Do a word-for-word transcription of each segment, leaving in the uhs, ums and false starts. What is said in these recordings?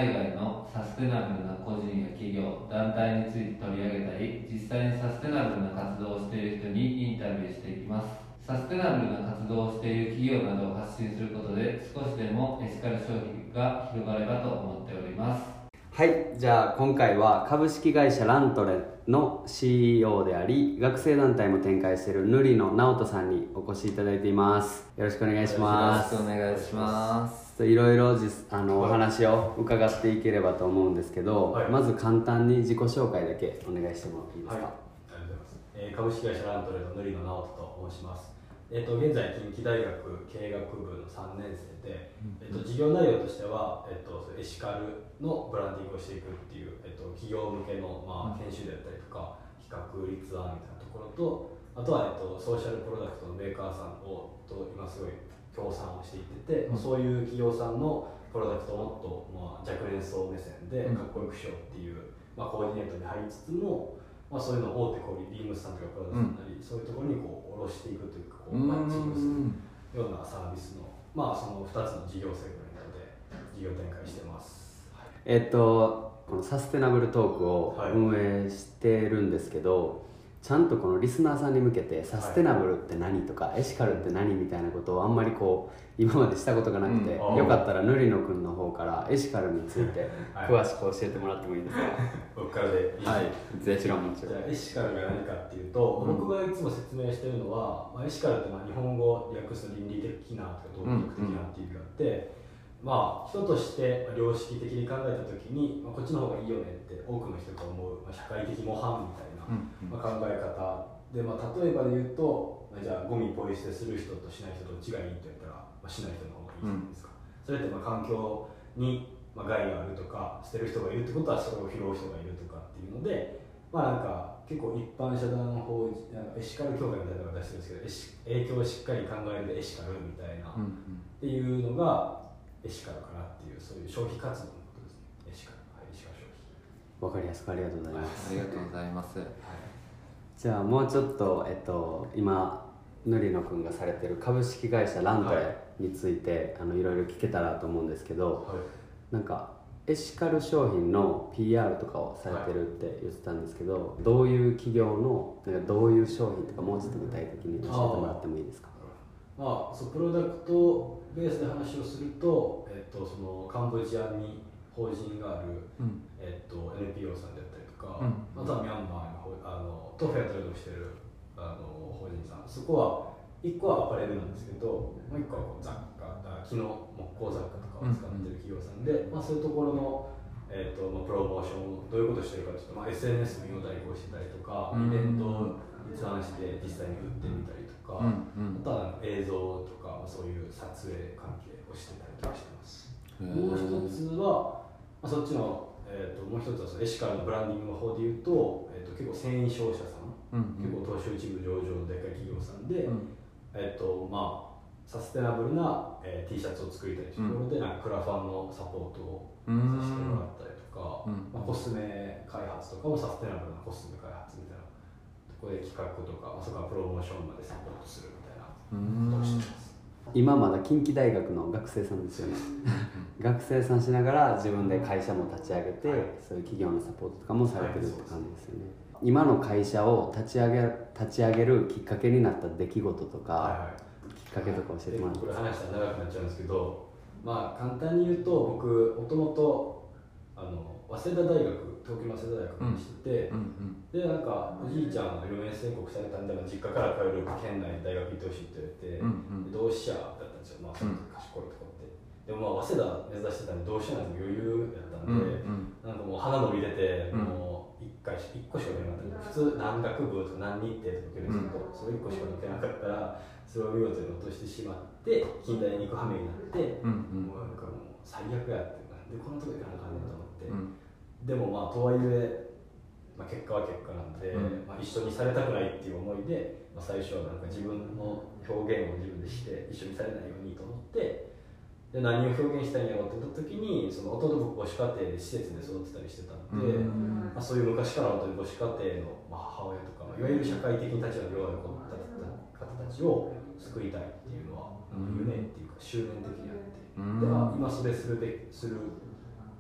内外のサステナブルな個人や企業、団体について取り上げたり、実際にサステナブルな活動をしている人にインタビューしていきます。サステナブルな活動をしている企業などを発信することで、少しでもエシカル消費が広がればと思っております。 はい、じゃあ今回は株式会社ラントレの シーイーオー であり、学生団体も展開している塗野直人さんにお越しいただいています。よろしくお願いします。 よろしくお願いします。 いろいろあのお話を伺っていければと思うんですけど、はい、まず簡単に自己紹介だけお願いしてもいいですか。 はい、ありがとうございます。えー、株式会社ラントレの塗野直人と申します。えー、と現在近畿大学経営学部のさんねん生で、えー、と事業内容としては、えー、とエシカルのブランディングをしていくっていう、えー、と企業向けの、まあ、研修であったりとか企画立案みたいなところと、あとは、えー、とソーシャルプロダクトのメーカーさんをと今すごい協賛をしていってて、うん、そういう企業さんのプロダクトをもっと、まあ、若年層目線でかっこよくしようっていう、まあ、コーディネートに入りつつも、まあ、そういうのを大手小売ビームスさんとかプロダクトなり、うん、そういうところにこう下ろしていくというかこうマッチングするようなサービスの、まあ、そのふたつの事業セグメントで事業展開してます。はい、 えっとこのサステナブルトークを運営してるんですけど、はい、ちゃんとこのリスナーさんに向けてサステナブルって何とか、はい、エシカルって何みたいなことをあんまりこう今までしたことがなくて、うん、よかったら塗野くんの方からエシカルについて詳しく教えてもらってもいいですか。 僕からでいいですか。はい、 ぜひ。じゃあエシカルが何かっていうと、うん、僕がいつも説明しているのは、まあ、エシカルってまあ日本語で訳すと倫理的なとか道徳的なっていう意味があって、うんうん、まあ人として良識的に考えた時に、まあ、こっちの方がいいよねって多くの人が思う、まあ、社会的模範みたいな、うんうん、まあ、考え方で、まあ、例えばで言うと、まあ、じゃあゴミポイ捨てする人としない人どっちがいいって言ったら、まあ、しない人の方がいいじゃないですか。うん、それってまあ環境にまあ害があるとか捨てる人がいるってことはそれを拾う人がいるとかっていうので、まあなんか結構一般社団法人なんかエシカル協会みたいなのが出してるんですけど、影響をしっかり考えるでエシカルみたいな、うんうん、っていうのがエシカルかなっていう、そういう消費活動のことですね。エシカル、はい、エシカル消費。 わかりやすくありがとうございます。 ありがとうございます。はい、 じゃあもうちょっと、えっと、今塗野くんがされてる株式会社ラントレについて、はい、あのいろいろ聞けたらと思うんですけど、はい、なんかエシカル商品の ピーアール とかをされてるって言ってたんですけど、はい、どういう企業のなんかどういう商品とかもうちょっと具体的に教えてもらってもいいですか。 まあ、そうプロダクトベースで話をすると、えっと、そのカンボジアに法人がある、うん、えっと、エヌピーオー さんであったりとか、うん、あとはミャンマーのあのとフェアトレードしてるあの法人さん、そこはいっこはアパレルなんですけど、もういっこはこう雑貨、木の木工雑貨とかを使ってる企業さんで、うん、まあ、そういうところの、えーとまあ、プロモーションをどういうことをしてるかというと、まあ、エスエヌエス の代行してたりとか、イベントを立案して実際に売ってみたりとか、うんうん、あとは映像とか、まあ、そういう撮影関係をしてたりとかしてます。もう一つは、まあ、そっちの、えー、ともう一つはそのエシカルのブランディングの方でいうと、えー、と結構繊維商社さん、うんうん、結構東証一部上場のでかい企業さんで、うん、えーとまあ、サステナブルな、えー、T シャツを作りたいというところで、うん、なんかクラファンのサポートをさせてもらったりとか、うんまあ、コスメ開発とかもサステナブルなコスメ開発みたいなところで企画とか、まあ、そこからプロモーションまでサポートするみたいなことをしています。 今まだ近畿大学の学生さんですよね。学生さんしながら自分で会社も立ち上げて、はい、そういう企業のサポートとかもされてるって感じですよね。はい、今の会社を立ち上げ立ち上げるきっかけになった出来事とか、はいはい、きっかけとか教えてもらっていいですか。 これ話したら長くなっちゃうんですけど、まあ簡単に言うと僕もともとあの早稲田大学東京の早稲田大学にしてて、うんうんうん、でなんかおじいちゃんのよねん宣告されたんで実家から通る県内の大学行ってほしいって言われて、うんうん、同志社だったんですよ。まあその賢いとこって、でもまあ早稲田目指してたんで同志社なんて余裕やったんで、うんうん、なんかもう鼻伸び出て、もういっかいいっこしか受けなかった。普通何学部とか何日程とか受けるんですけど、うん、それいっこしか受けなかったらそれを見事に落としてしまって近代に行く羽目になって、うんうん、もうなんかもう最悪やってでこのとこ行かなあかんねんと思って、うん、でもまあとはいえ、まあ、結果は結果なんで、うんまあ、一緒にされたくないっていう思いで、まあ、最初はなんか自分の表現を自分でして一緒にされないようにと思ってで何を表現したいんやろうって言った時にその弟僕母子家庭で施設で育ってたりしてたんで、うんまあ、そういう昔からの母子家庭の、まあ、母親とかいわゆる社会的に立場の弱い方たちを救いたいっていうのは、うん、夢っていうか執念的にあって、うん、では今それするべする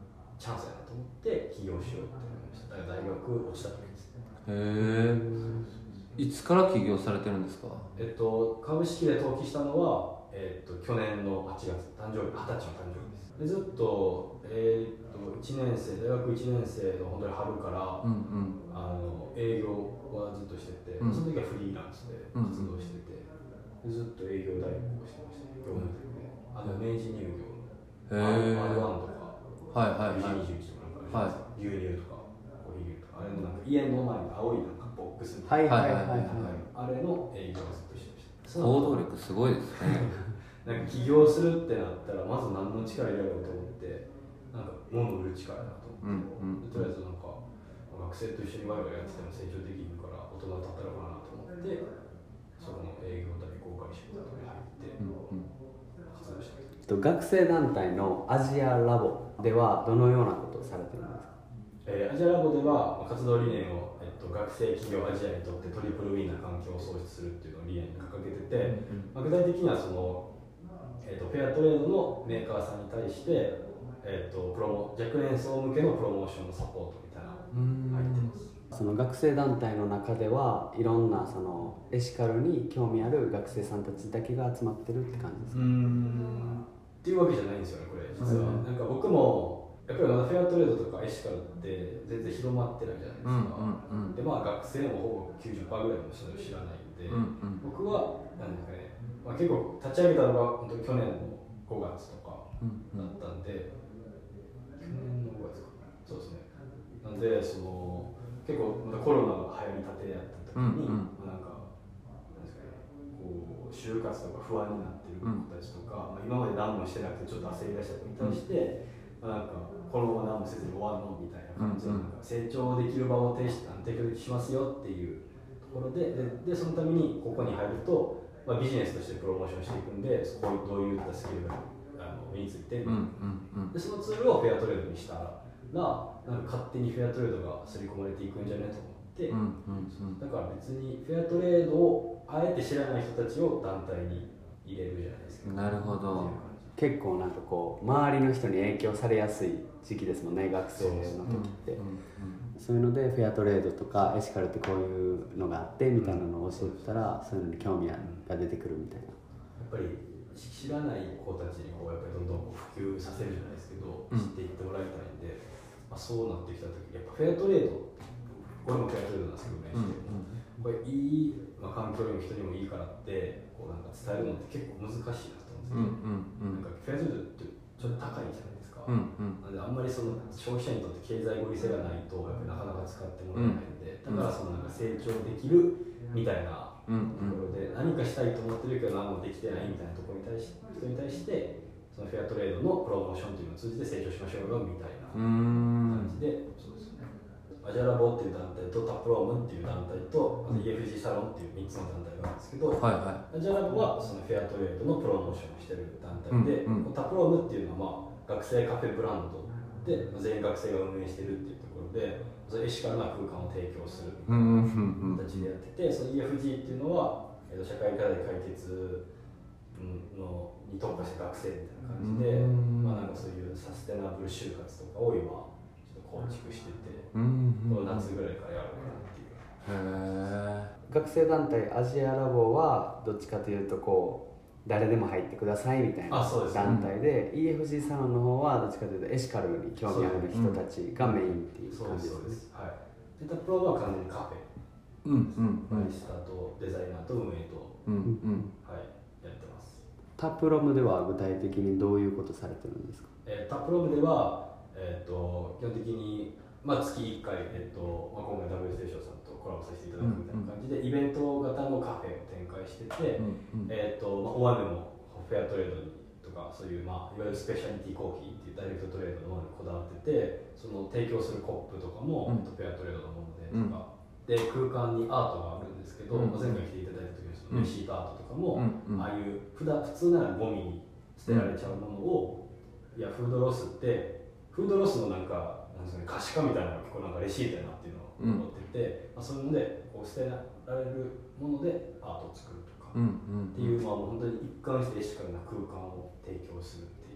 チャンスやなと思って起業しようって思いました。だから大学落ちた時ですね。 へえ。いつから起業されてるんですか？ えっと株式で登記したのは、えっと、去年のはちがつ、誕生日、はたちの誕生日です。でずっと、えー、っといちねん生、大学いちねん生の本当に春から、うんうん、あの営業はずっとしてて、うん、その時はフリーランスで活動してて、うんうん、ずっと営業代行してましたね。業務であの明治乳業の アールワン とか、 はいはいはい、 にじゅういちとか、はい、牛乳とかコーヒー牛とか、あれのなんか家の前に青いなんかボックスみたいな、はいはいはいはい、あれの営業をずっとしてました。 行動力すごいですね。 なんか起業するってなったらまず何の力入れようと思って、なんか物売る力だなと思って、うんうん、とりあえずなんか学生と一緒にワイワイやってても成長できるから大人だったらかなと思って、そこの営業代行会社とかに入って活動してました。 学生団体のアジアラボではどのようなことをされているんですか？ えー、アジアラボでは活動理念を、えっと、学生企業アジアにとってトリプルウィンな環境を創出するっていうのを理念に掲げてて、まあ、具体的にはその、えっと、フェアトレードのメーカーさんに対して、えっと、プロモ若年層向けのプロモーションのサポートみたいなのが入ってます。 その学生団体の中ではいろんなそのエシカルに興味ある学生さんたちだけが集まってるって感じですか？ うーんっていうわけじゃないんですよね、これ実は。なんか僕もやっぱりまだフェアトレードとかエシカルって全然広まってないじゃないですか。うんうんうん、でまあ学生もほぼ きゅうじゅっパーセント ぐらいの人知らないんで、うんうん、僕はなんですかね、まあ、結構立ち上げたのが本当に去年のごがつとかだったんで、うんうん、去年のごがつかそうですね。なんでその結構まだコロナが流行りたてやった時に、うんうん、なんかなんですかね、こう就活とか不安になってる子たちとか、うん、まあ、今まで何もしてなくてちょっと焦り出した子に対して、うん、まあ、なんかこのまま何もせずに終わるのみたいな感じで、うん、なんか成長できる場を提供しますよっていうところで、で、でそのためにここに入ると、まあ、ビジネスとしてプロモーションしていくんで、そこにどういったスキルがあの身について、うんうんうん、でそのツールをフェアトレードにしたらなんか勝手にフェアトレードが刷り込まれていくんじゃないと思って、うんうんうん、だから別にフェアトレードをあえて知らない人たちを団体に入れるじゃないですか。 なるほど。 結構なんかこう周りの人に影響されやすい時期ですもんね、学生の時って。そういうのでフェアトレードとかエシカルってこういうのがあってみたいなのを教えてたら、そういうのに興味が出てくるみたいな。やっぱり知らない子たちにこうやっぱりどんどん普及させるじゃないですけど、知っていってもらいたいんで、まあ、そうなってきた時やっぱフェアトレード、これもフェアトレードなんですけどね、うんうん、これいい、まあ、環境にも人にもいいからってこうなんか伝えるのって結構難しいなと思うんですけど、うんうんうん、なんかフェアトレードってちょっと高いじゃないですか、うんうん、なのであんまりその消費者にとって経済合理性がないとやっぱりなかなか使ってもらえないんで、だからそのなんか成長できるみたいなところで、何かしたいと思ってるけど何もできてないみたいなところに対し人に対してそのフェアトレードのプロモーションというのを通じて成長しましょうよみたいな感じで、そうですね、アジャラボっていう団体とタプロームっていう団体と、あと イーエフジー サロンっていうみっつの団体があるんですけど、はいはい、アジャラボはそのフェアトレードのプロモーションをしてる団体で、うんうん、タプロームっていうのは、まあ、学生カフェブランドで全員学生が運営してるっていうところで、そのエシカルな空間を提供するみたいな形でやってて、その イーエフジー っていうのは、えー、と社会課題解決のに特化した学生みたいな感じで、まあ、なんかそういうサステナブル就活とかを今ちょっと構築してて、この夏ぐらいからやろうかなっていう。 へー。学生団体アジアラボはどっちかというとこう誰でも入ってくださいみたいな団体で、 イーエフジー サロンの方はどっちかというとエシカルに興味ある人たちがメインっていう感じですね。そうです、はい。でタプロは完全にカフェ、うんうんうん、バリスタとデザイナーと運営と、うんうん、はい、やってます。タプロムでは具体的にどういうことされてるんですか？ えー、タプロムでは、えー、と基本的に、まあ、月いっかい、えーとまあ、今回 ダブリュー ステーションさんとコラボさせていただくみたいな感じで、うんうん、イベント型のカフェを展開してて、うんうん、えーとまあ、オアヌもフェアトレードにとかそういう、まあ、いわゆるスペシャリティコーヒーっていうダイレクトトレードのものにこだわってて、その提供するコップとかも、うん、フェアトレードのものでとか、うん、で空間にアートがあるんですけど、うん、前回来ていただいた時にそのレシートアートとかも、うん、ああいう普段普通ならゴミに捨てられちゃうものを、いやフードロスってフードロスのなんかなんですかね、可視化みたいなのが結構なんかレシートやなっていうのを思ってて、うん、まあ、そういうのでこう捨てられるものでアートを作るとか、うんうんうん、っていう、まあ、もう本当に一貫してエシカルな空間を提供するっていう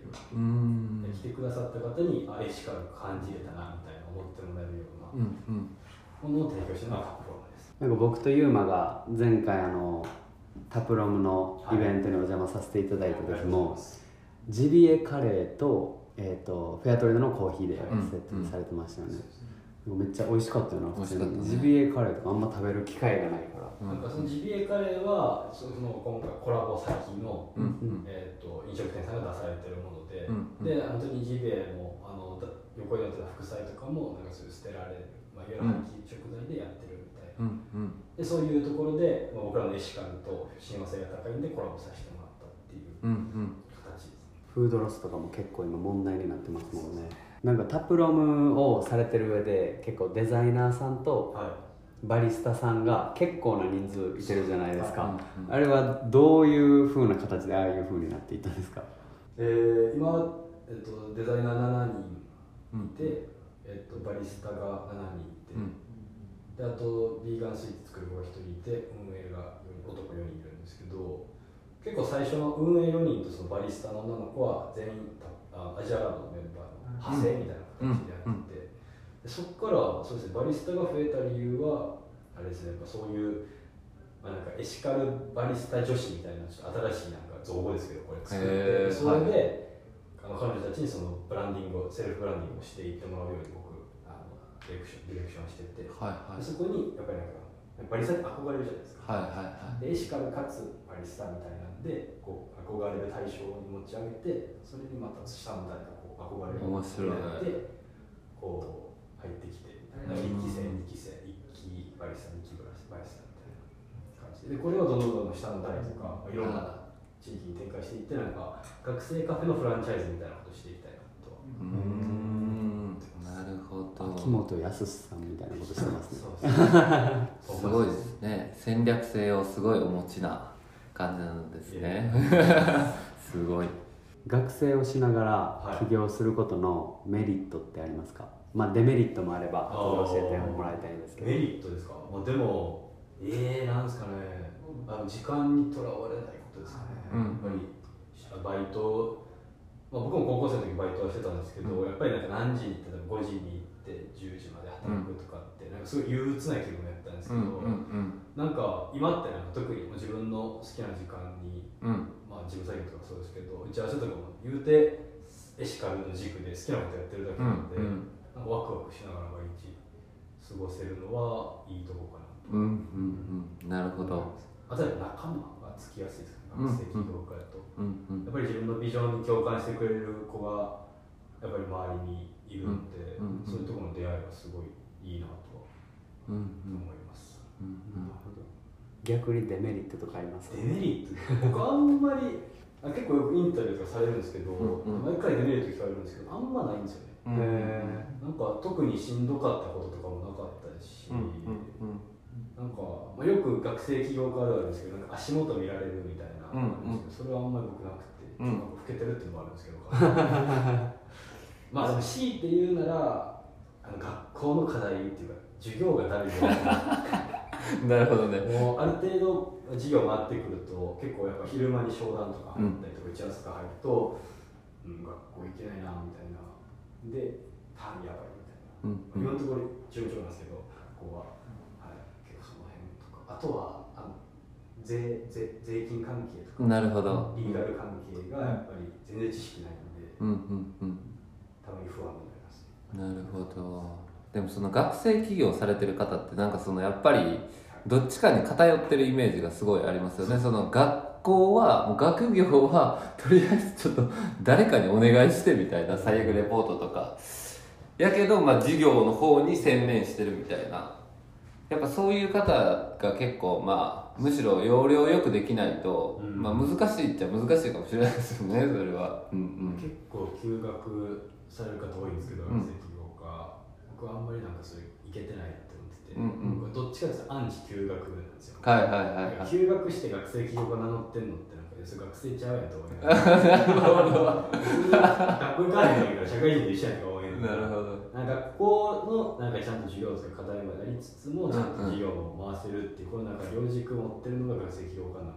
ううんで来てくださった方にあエシカル感じれたなみたいな思ってもらえるようなものを提供してるのがタプロムです。 なんか僕とユーマが前回あのタプロムのイベントにお邪魔させていただいた時も、はい、ジビエカレーと、えー、とフェアトレードのコーヒーでセットにされてましたよね、うんうん、めっちゃ美味しかったよな普通に、ね、ジビエカレーとかあんま食べる機会がないから、 うん、なんかそのジビエカレーはその今回コラボ先の、うん、えー、と飲食店さんが出されてるもので、うん、で本当にジビエもあの横になってた副菜とかもなんかそういう捨てられる、まあ、いわゆる廃棄食材でやってるみたいな、うんうん、でそういうところで、まあ、僕らのエシカルと親和性が高いんでコラボさせてもらったっていう形です、 うんうん、フードロスとかも結構今問題になってますもんね。なんかタプロムをされてる上で結構デザイナーさんとバリスタさんが結構な人数いてるじゃないですか、はい、あれはどういう風な形でああいう風になっていったんですか？ えー、今、えっと、デザイナーななにんいて、うん、えっと、バリスタがななにんいて、うん、であとビーガンスイーツ作る子がひとりいて運営が男よにんいるんですけど、結構最初の運営よにんとそのバリスタの女の子は全員あアジアラボのメンバーの派生みたいな形でやってて、でそこからそうですね、バリスタが増えた理由はあれですね、やっぱそういう、まあ、なんかエシカルバリスタ女子みたいなちょっと新しいなんか造語ですけどこれ作って、それで、はい、あの彼女たちにそのブランディングをセルフブランディングをしていってもらうように僕あのディレクションディレクションしてて、はいはい、そこにやっぱりなんかバリスタって憧れるじゃないですか、はいはいはい、でエシカルかつバリスタみたいなんでこう憧れる対象に持ち上げて、それにまた下の誰かこう憧れるようになってこう入ってきてみたいな、いっき生にき生いっきバリスタにきバリスタみたいな感じで、これをどんどんどんどん下の代とかいろんな地域に展開していって、なんか学生カフェのフランチャイズみたいなことをしていきたいなとは。うーん、なるほど。 秋元康さんみたいなことしてますね。 そうそうすごいですね。戦略性をすごいお持ちな感じなんですね。すごい。 学生をしながら起業することのメリットってありますか？まあデメリットもあれば後で教えてもらいたいんですけど。 メリットですか？まあ、でもえー、なんですかね、あの時間にとらわれないことですかね、うん、やっぱりバイト、まあ、僕も高校生の時バイトはしてたんですけど、うん、やっぱりなんか何時に行ってごじに行ってじゅうじまで働くとかって、うん、なんかすごい憂鬱な気分やったんですけど、うんうんうん、なんか今ってなんか特に自分の好きな時間に、うん、まあ事務作業とかそうですけど、打ち合わせとかも言うてエシカルの軸で好きなことやってるだけなので、うんうん、なんかワクワクしながら毎日過ごせるのはいいとこかなと、うんうんうん、なるほど。 あとは仲間がつきやすいですかね、学生起業家だと、うんうん、やっぱり自分のビジョンに共感してくれる子がやっぱり周りにいるので、うんうんうん、そういうところの出会いはすごいいいなとは思います、うんうんうん、なるほど。 逆にデメリットとかありますか？ デメリット僕あんまりあ結構よくインタビューとかされるんですけど、うんうん、毎回デメリット聞かれるんですけどあんまないんですよね、うん、なんか特にしんどかったこととかもなかったですし、うんうんうん、なんか、まあ、よく学生起業家あるあるんですけどなんか足元見られるみたいな、うんうん、それはあんまり僕なくて、うん、なんか老けてるっていうのもあるんですけどまあでも強いて言うならあの学校の課題っていうか授業がだるいよなるほどね。 もうある程度授業回ってくると結構やっぱ昼間に商談とか入ったりとか打ち合わせとか入ると、うん、学校行けないなみたいなで単位やばいみたいな、うんうん、今のところ順調なんですけど学校は、はい、結構その辺とかあとはあの 税, 税, 税金関係とかなるほどリーガル関係がやっぱり全然知識ないので、うんうんうん、たまに不安になります。 なるほど。でもその学生起業されてる方ってなんかそのやっぱりどっちかに偏ってるイメージがすごいありますよね。その学校はもう学業はとりあえずちょっと誰かにお願いしてみたいな最悪レポートとかやけどまあ授業の方に専念してるみたいな、やっぱそういう方が結構まあむしろ要領よくできないと、うん、まあ難しいっちゃ難しいかもしれないですよねそれは、うんうん、 結構休学される方多いんですけど、学生起業家、僕はあんまりなんかそれいけてないって思ってて、うんうん、どっちかというとアンチ休学なんですよ。 はいはいはい、はい、 休学して学生起業家名乗ってんのってなんかそれ学生ちゃうやと思います。なるほど。学校行かへんから社会人と一緒やんか思えん。 なるほど。 なんか学校のなんかちゃんと授業とか課題もやりつつもちゃんと授業を回せるっていう、このなんか両軸持ってるのが学生起業家なんか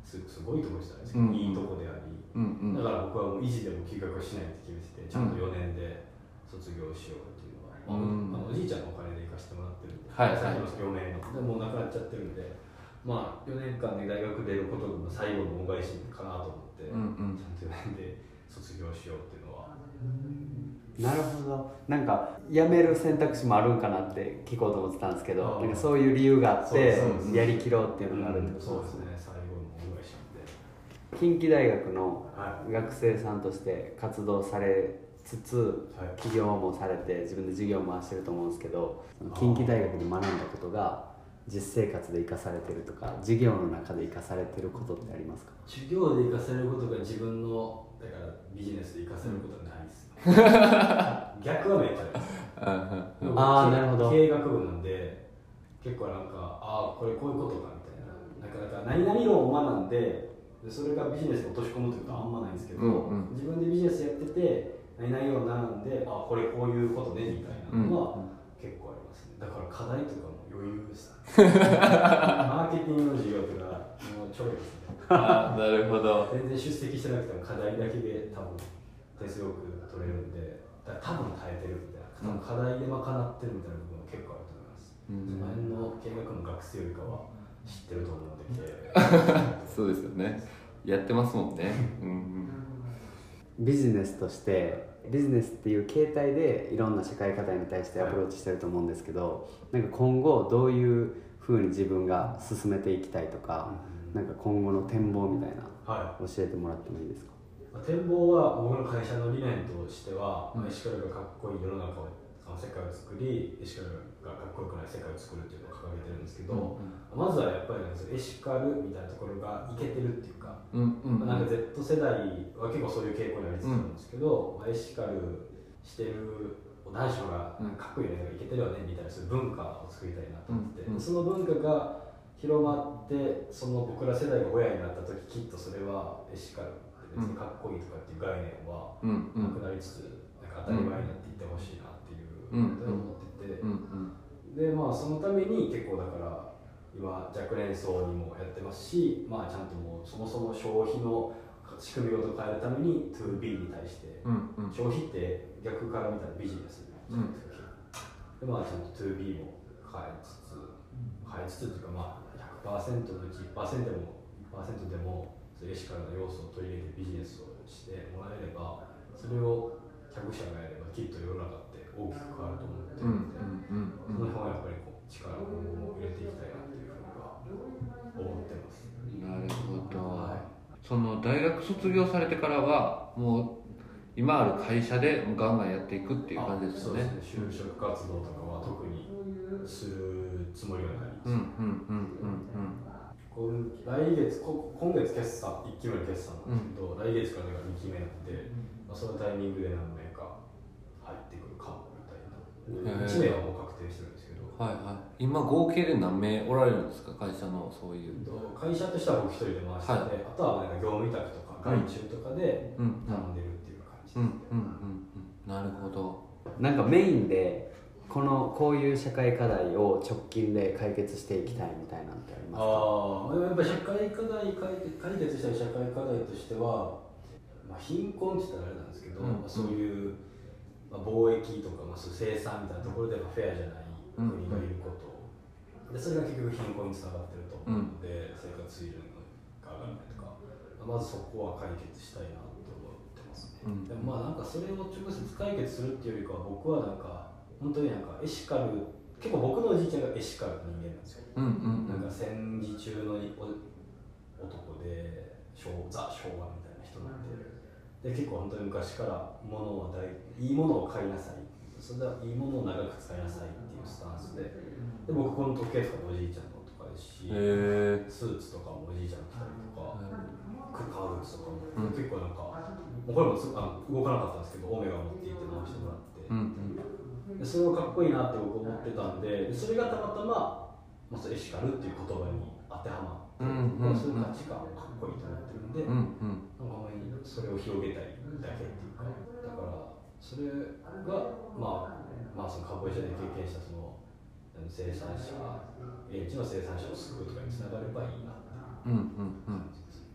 すごいところじゃないですか、うん、いいとこであり、 うんうん、 だから僕はもう維持でも休学しないって決めててちゃんとよねんで卒業しようっていうのは、うんまあ、おじいちゃんのお金で行かせてもらってるんで、はいはい、先の余命のでもうなくなっちゃってるんで、まあよねんかんで大学出ることの最後の恩返しかなと思って、うんうん、ちゃんとよねんで卒業しようっていうのは。 なるほど。なんか辞める選択肢もあるんかなって聞こうと思ってたんですけど、なんかそういう理由があってやりきろうっていうのがあるってことですね。 そうですね、最後の恩返しなんで。 近畿大学の学生さんとして活動されつつ、はい、起業もされて自分で事業も回してると思うんですけど、近畿大学で学んだことが実生活で生かされてるとか授業の中で生かされてることってありますか？ 授業で生かされることが自分のだからビジネスで生かされることはないです、うん、逆はめっちゃですああなるほど。 経営学部なんで結構なんかああこれこういうことかみたいな、なかなか何々論を学んでそれがビジネスに落とし込むってことはあんまないんですけど、うんうん、自分でビジネスやってて何々を学んであこれこういうことねみたいなのは結構ありますね。だから課題とかも余裕ですマーケティングの授業とかもうちょいですねあなるほど。 全然出席してなくても課題だけで多分手すごく取れるんで、だから多分耐えてるみたいな、課題で賄ってるみたいな部分は結構あると思います、うん、その辺の見学の学生よりかは知ってると思うのでそうですよね、やってますもんね、うん、ビジネスとしてビジネスっていう形態でいろんな社会課題に対してアプローチしてると思うんですけど、はい、なんか今後どういうふうに自分が進めていきたいとか、うん、なんか今後の展望みたいな、はい、教えてもらってもいいですか？ 展望は僕の会社の理念としては、うん、エシカルがかっこいい世の中を世界を作りエシカルがかっこよくない世界を作るっていうのを掲げてるんですけど、うん、まずはやっぱり、ね、エシカルみたいなところがイケてるっていうか、うんうんうん、なんか Z 世代は結構そういう傾向にありつつあるんですけど、うんまあ、エシカルしてる男子がかっこいいね、イケてるよねみたいなそういう文化を作りたいなと思って、うんうん、その文化が広まってその僕ら世代が親になった時きっとそれはエシカル別にかっこいいとかっていう概念はなくなりつつ、なんか当たり前になっていってほしいなっていうことを思ってて、でまあそのために結構だから今若年層にもやってますし、まあちゃんともうそもそも消費の仕組みごと変えるために ツービー に対して、消費って逆から見たらビジネスじゃないですか、でまあちゃんと ツービー も変えつつ変えつつっていうかまあ ひゃくパーセント のうち いちパーセント でも いちパーセント でもエシカルな要素を取り入れてビジネスをしてもらえれば、それを客者がやればきっと世の中って大きく変わると思ってるので、その辺はやっぱりこう力を入れていきたいなっていうふうには思ってます。 なるほど、はい、その大学卒業されてからはもう今ある会社でガンガンやっていくっていう感じですよね。 そうですね、就職活動とかは特にするつもりはないです。うんうんうんうんうん。来月こ今月決算いっきめの決算なんですけど、うん、来月からがにきめなんで、まあ、そのタイミングで何名か入ってくるかもみたいな。いち名はもう確定してるんですけど、 はいはい、今合計で何名おられるんですか、会社のそういう。 会社としては僕一人で回してて、はい、あとはなんか業務委託とか外注とかで頼んでるっていう感じです。うんうんうんうん、 なるほど。なんかメインでこのこういう社会課題を直近で解決していきたいみたいなのってありますか？ ああ、やっぱり社会課題解決したい社会課題としては、まあ、貧困って言ったらあれなんですけど、うん、そういう、まあ、貿易とか、まあ、そう生産みたいなところでフェアじゃない国がいること、うん、でそれが結局貧困につながってると思うので、うん、生活水準が上がらないとか、まずそこは解決したいなと思ってますね。うん、でもまあなんかそれを直接解決するっていうよりかは、僕はなんか本当になんかエシカル、結構僕のおじいちゃんがエシカルの人間なんですよ。うんうんうん、なんか戦時中の男でザ・昭和みたいな人なんで、で結構本当に昔から物は大いいものを買いなさい、それではいいものを長く使いなさいっていうスタンスで、で僕この時計とかもおじいちゃんのとかですし、スーツとかもおじいちゃん着たりとか、革靴とかも、うん、結構なんかもうこれもあの動かなかったんですけど、オメガ持って行って直してもらって。うんうん、でそれをかっこいいなって僕思ってたんで、それがたまたま、まあ、エシカルっていう言葉に当てはまって、うんうんうん、そういう価値観をかっこいいと思ってるんで、うんうん、なんかそれを広げたいだけっていうか、だからそれが、まあ、まあそのカンボジアで経験したその生産者、現地の生産者を救うとかにつながればいいなっていう感じです。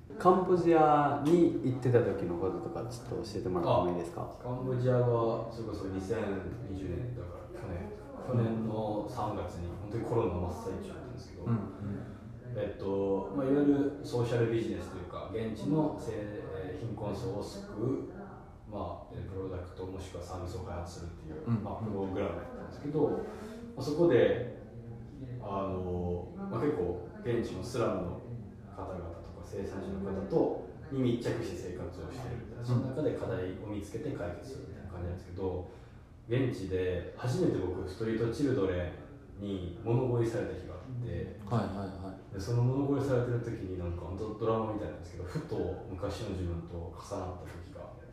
カンボジアに行ってた時のこととかちょっと教えてもらってもいいですか？ カンボジアはそれこそにせんにじゅうねんだから去年去年のさんがつに本当にコロナ真っ最中だったんですけど、うんうんえっとまあ、いわゆるソーシャルビジネスというか現地の貧困層を救う、まあ、プロダクトもしくはサービスを開発するっていう、うんまあ、プログラムだったんですけど、まあ、そこであの、まあ、結構現地のスラムの方々とか生産者の方とに密着して生活をしてるみたいな、その中で課題を見つけて解決するみたいな感じなんですけど、現地で初めて僕ストリートチルドレンに物乞いされた日があって、はいはいはい、でその物乞いされてる時になんかドラマみたいなんですけど、ふと昔の自分と重なった時があって、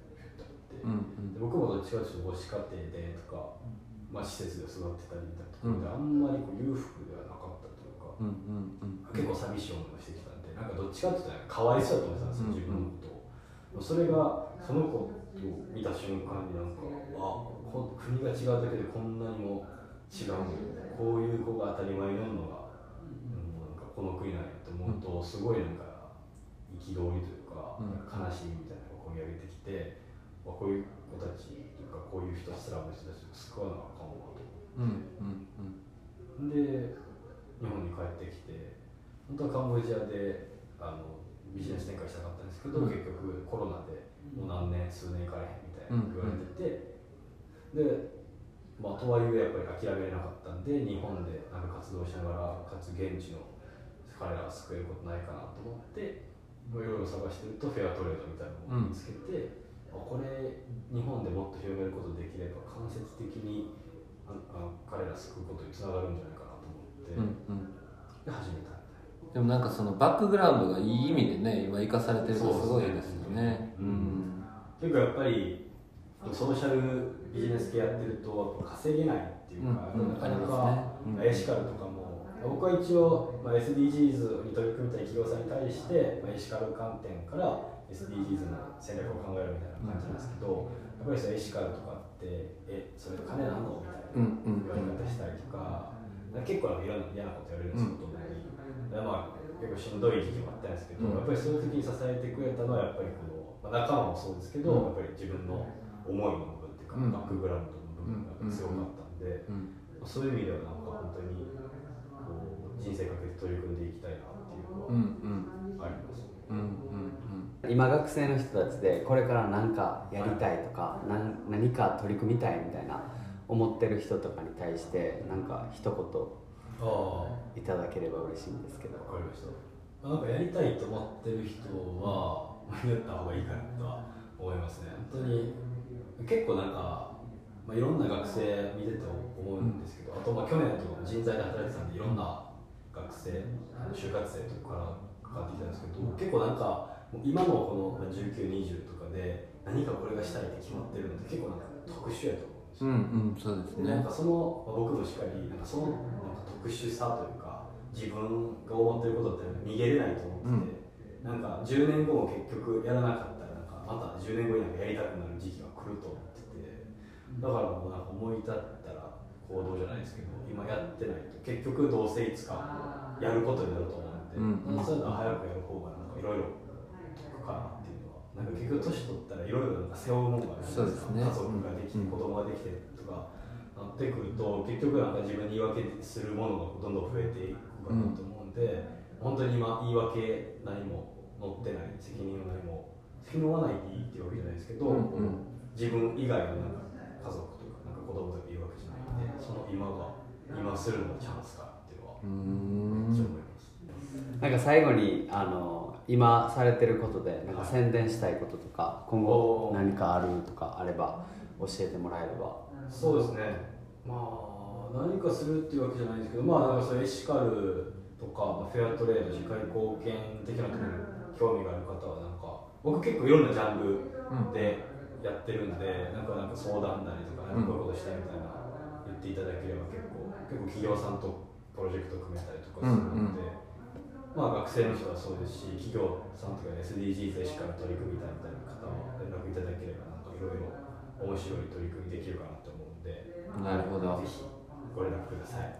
うんうん、で僕もどっちかというと母子家庭でとか、まあ、施設で育ってたりみたいなところで、あんまりこう裕福ではなかったというか、うんうんうん、結構寂しい思いをしてきたんで、なんかどっちかというとかわいそうだと思ってたんですよ、自分のことを。それがその子を見た瞬間になんか、あ、国が違うだけでこんなにも違うんだ、こういう子が当たり前になるのが、うん、なんかこの国なんやと思うと、すごいなんか憤りというか、うん、悲しみみたいなのが込み上げてきて、こういう子たちというかこういう人スラムの人たちを救わなあかんわと、うんうんうん、で日本に帰ってきて、本当はカンボジアであのビジネス展開したかったんですけど、うん、結局コロナでもう何年数年行かれへんみたいな言われてて、うんうん、で、まあ、とはいえやっぱり諦めれなかったんで、日本でなんか活動しながら、かつ現地の彼らを救えることないかなと思っていろいろ探してるとフェアトレードみたいなのを見つけて、うん、これ日本でもっと広めることできれば間接的にああ彼ら救うことにつながるんじゃないかなと思って、うんうん、で始めた。 でもなんかそのバックグラウンドがいい意味でね、今生かされてるとすごいですよね。 結構やっぱりソーシャルビジネス系やってると稼げないっていうか、うんうん、なかなかエシカルとかも、僕は一応、まあ、エスディージーズ に取り組みたい企業さんに対して、まあ、エシカル観点から エスディージーズ の戦略を考えるみたいな感じなんですけど、やっぱりそのエシカルとかってえそれと金なんのみたいな言われ方したりとか、結構いろんな嫌なことやれるんですよ、まあ、結構しんどい時期もあったんですけど、うん、やっぱりそういう時に支えてくれたのはやっぱりこの、まあ、仲間もそうですけど、うん、やっぱり自分の思いの部分っていうか、うん、バックグラウンドの部分が強かったんで、うんうん、そういう意味ではなんか本当にこう人生かけて取り組んでいきたいなっていうのはありますね。うんうんうん、 今学生の人たちでこれから何かやりたいとか、はい、何か取り組みたいみたいな思ってる人とかに対してなんか一言いただければ嬉しいんですけど。 わかりました。なんかやりたいと思ってる人はやった方がいいかなとは思いますね。本当に結構なんか、まあ、いろんな学生見てて思うんですけど、あとまあ去年とかも人材で働いてたんでいろんな学生、就活生とかから関わってきたんですけど、結構なんか今のこのじゅうきゅう、にじゅうとかで何かこれがしたいって決まってるのって結構なんか特殊やと思うんですよ。うんうん、そうですね。なんかその、まあ、僕もしっかりなんかそのなんか特殊さというか自分が思ってることって逃げれないと思ってて、うん、なんかじゅうねんごも結局やらなかったらなんかまたじゅうねんごになんかやりたくなる時期が来ると思ってて、だからもうなんか思い立ったら行動じゃないですけど今やってないと結局どうせいつかやることになると思うんで、うん、そういうのは早くやる方がなんかいろいろ得かなっていうのは、なんか結局年取ったらいろいろ背負うものがあるじゃないですか。家族ができて、うん、子供ができてとかなってくると結局なんか自分に言い訳するものがどんどん増えていくかなと思うんで、うん、本当に今言い訳何も乗ってない責任を何も責任を負わないでいいっていうわけじゃないですけど、うんうん、自分以外のなんか家族とかなんか子供とか言うわけじゃないんで、その今が今するのがチャンスかっていうのはめっちゃ思います。 なんか最後にあの今されてることでなんか宣伝したいこととか、はい、今後何かあるとかあれば教えてもらえれば。 そうですね、まあ何かするっていうわけじゃないんですけど、まあなんかそういうエシカルとかフェアトレード、社会貢献的なところに興味がある方はなんか僕結構いろんなジャンルでやってるんで、うん、なんかなんか相談なりとかなんかこういうことしたいみたいな言っていただければ結構結構企業さんとプロジェクト組めたりとかするので、うんうん、まあ学生の人はそうですし、企業さんとか エスディージーズ エシカル取り組みたいみたいな方は連絡いただければなんかいろいろ面白い取り組みできるかなと思うんで、 なるほど、 ぜひご連絡ください。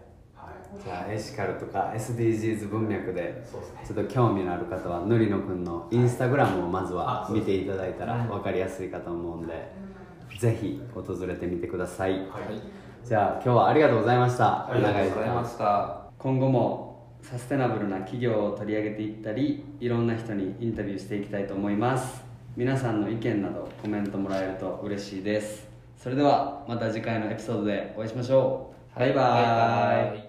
じゃあエシカルとか エスディージーズ 文脈でちょっと興味のある方はぬりのくんのインスタグラムをまずは見ていただいたら分かりやすいかと思うんで、ぜひ訪れてみてください、はい、じゃあ今日はありがとうございました。 ありがとうございました。 今後もサステナブルな企業を取り上げていったり、いろんな人にインタビューしていきたいと思います。皆さんの意見などコメントもらえると嬉しいです。それではまた次回のエピソードでお会いしましょう。バイバイ。